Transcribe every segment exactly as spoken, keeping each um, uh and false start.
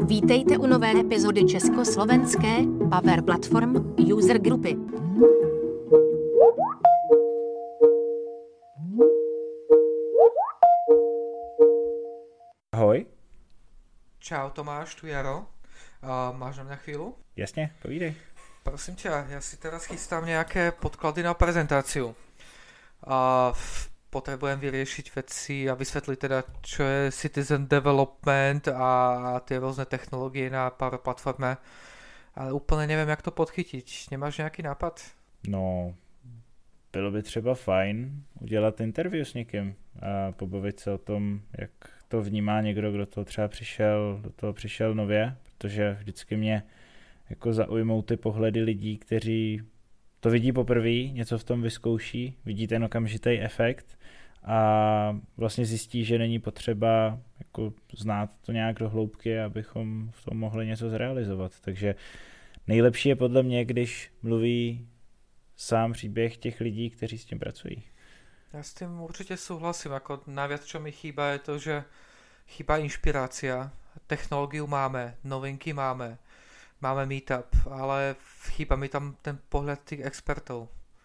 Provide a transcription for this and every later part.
Vítejte u nové epizody československé Power Platform User Grupy. Ahoj. Čau Tomáš, tu Jaro. Uh, máš na mě chvíli? Jasně, povídej. Prosím tě, já si teraz chystám nějaké podklady na prezentaci. Uh, potrebujem vyriešiť veci a vysvetliť teda, čo je citizen development a tie rôzne technológie na Power Platforme. Ale úplně nevím, jak to podchytiť. Nemáš nějaký nápad? No, bylo by třeba fajn udělat interview s někým a pobavit se o tom, jak to vnímá někdo, kdo to třeba přišel, do toho přišel nově, protože vždycky mě jako zaujmou ty pohledy lidí, kteří to vidí poprvé, něco v tom vyzkouší, vidí ten okamžitý efekt a vlastně zjistí, že není potřeba jako znát to nějak do hloubky, abychom v tom mohli něco zrealizovat. Takže nejlepší je podle mě, když mluví sám příběh těch lidí, kteří s tím pracují. Ja s tým určite súhlasím. Ako najviac, čo mi chýba, je to, že chýba inšpirácia. Technológiu máme, novinky máme, máme meetup, ale chýba mi tam ten pohľad tých expertov.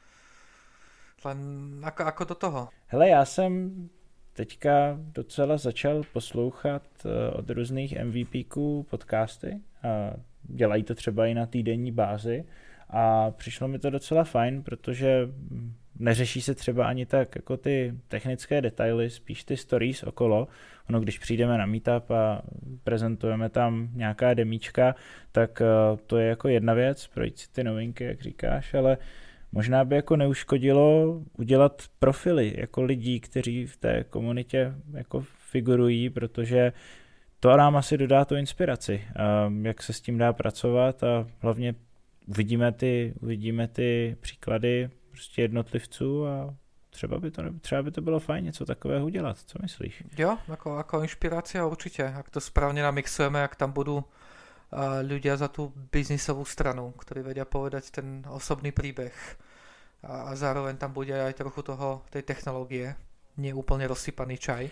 Len ako, ako do toho? Hele, já jsem teďka docela začal poslouchat od různých M V P ků podcasty. A dělají to třeba i na týdenní bázi a přišlo mi to docela fajn, protože neřeší se třeba ani tak jako ty technické detaily, spíš ty stories okolo. Ono, když přijdeme na meetup a prezentujeme tam nějaká demíčka, tak to je jako jedna věc, projít si ty novinky, jak říkáš, ale možná by jako neuškodilo udělat profily jako lidí, kteří v té komunitě jako figurují, protože to nám asi dodá tu inspiraci, jak se s tím dá pracovat a hlavně uvidíme ty, uvidíme ty příklady prostě jednotlivců a třeba by to, třeba by to bylo fajn něco takového udělat. Co myslíš? Jo, ako, ako inšpirácia určite. Ak to správne namixujeme, ak tam budú uh, ľudia za tú biznisovú stranu, ktorí vedia povedať ten osobný príbeh a, a zároveň tam bude aj trochu toho, tej technológie. Nie úplne rozsypaný čaj.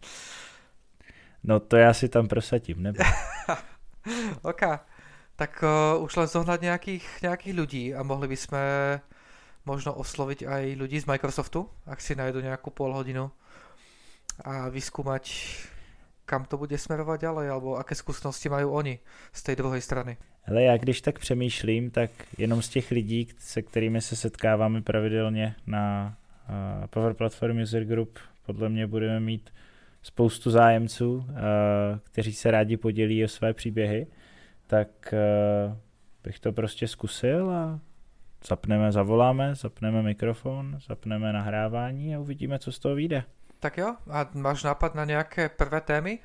No to já si tam prosadím, nebo? OK. Tak uh, už len zohnať nejakých, nejakých ľudí a mohli by sme možno osloviť aj ľudí z Microsoftu, ak si nájdu nejakú pol hodinu a vyskúmať, kam to bude smerovať ďalej, alebo aké skúsenosti majú oni z tej druhej strany. Hele, já když tak přemýšlím, tak jenom z těch lidí, se kterými se setkáváme pravidelně na uh, Power Platform User Group, podle mě budeme mít spoustu zájemců, uh, kteří se rádi podělí o své příběhy, tak uh, bych to prostě zkusil a zapneme, zavoláme, zapneme mikrofon, zapneme nahrávání a uvidíme, co z toho vyjde. Tak jo, a máš nápad na nějaké prvé témy?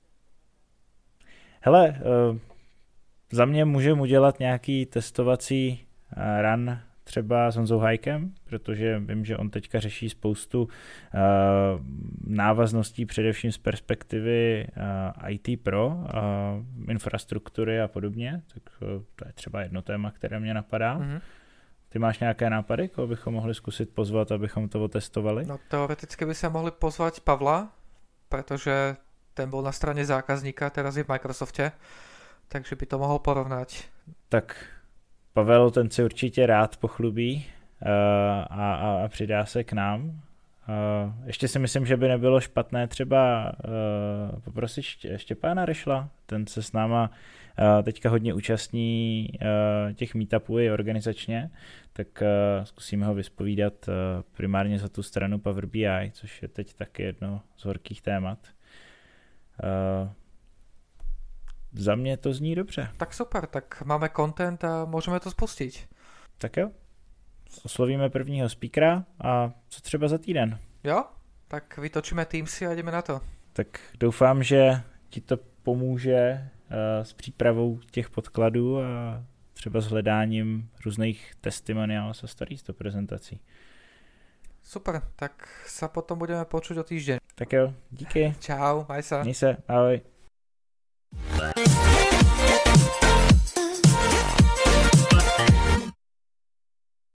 Hele, uh, za mě můžeme udělat nějaký testovací uh, run třeba s Honzou Hajkem, protože vím, že on teďka řeší spoustu uh, návazností především z perspektivy uh, I T pro, uh, infrastruktury a podobně, tak uh, to je třeba jedno téma, které mě napadá. Mm-hmm. Ty máš nějaké nápady, koho bychom mohli zkusit pozvat, abychom to otestovali? No teoreticky by sa mohli pozvať Pavla, pretože ten bol na strane zákazníka, teraz je v Microsofte, takže by to mohl porovnať. Tak Pavel, ten si určitě rád pochlubí uh, a, a, a přidá se k nám. Uh, ještě si myslím, že by nebylo špatné třeba uh, poprosit Ště, Štěpána Ryšla, ten se s náma uh, teďka hodně účastní uh, těch meetupů i organizačně, tak uh, zkusíme ho vyspovídat uh, primárně za tu stranu Power B I, což je teď taky jedno z horkých témat. Uh, Za mě to zní dobře. Tak super, tak máme content a můžeme to spustit. Tak jo. Oslovíme prvního speakera a co třeba za týden? Jo, tak vytočíme Teamsy a jdeme na to. Tak doufám, že ti to pomůže uh, s přípravou těch podkladů a třeba s hledáním různých testimoniálů a stories do prezentací. Super, tak sa potom budeme počuť o týždeň. Tak jo, díky. Čau, maj sa. Měj se, ahoj. Bye.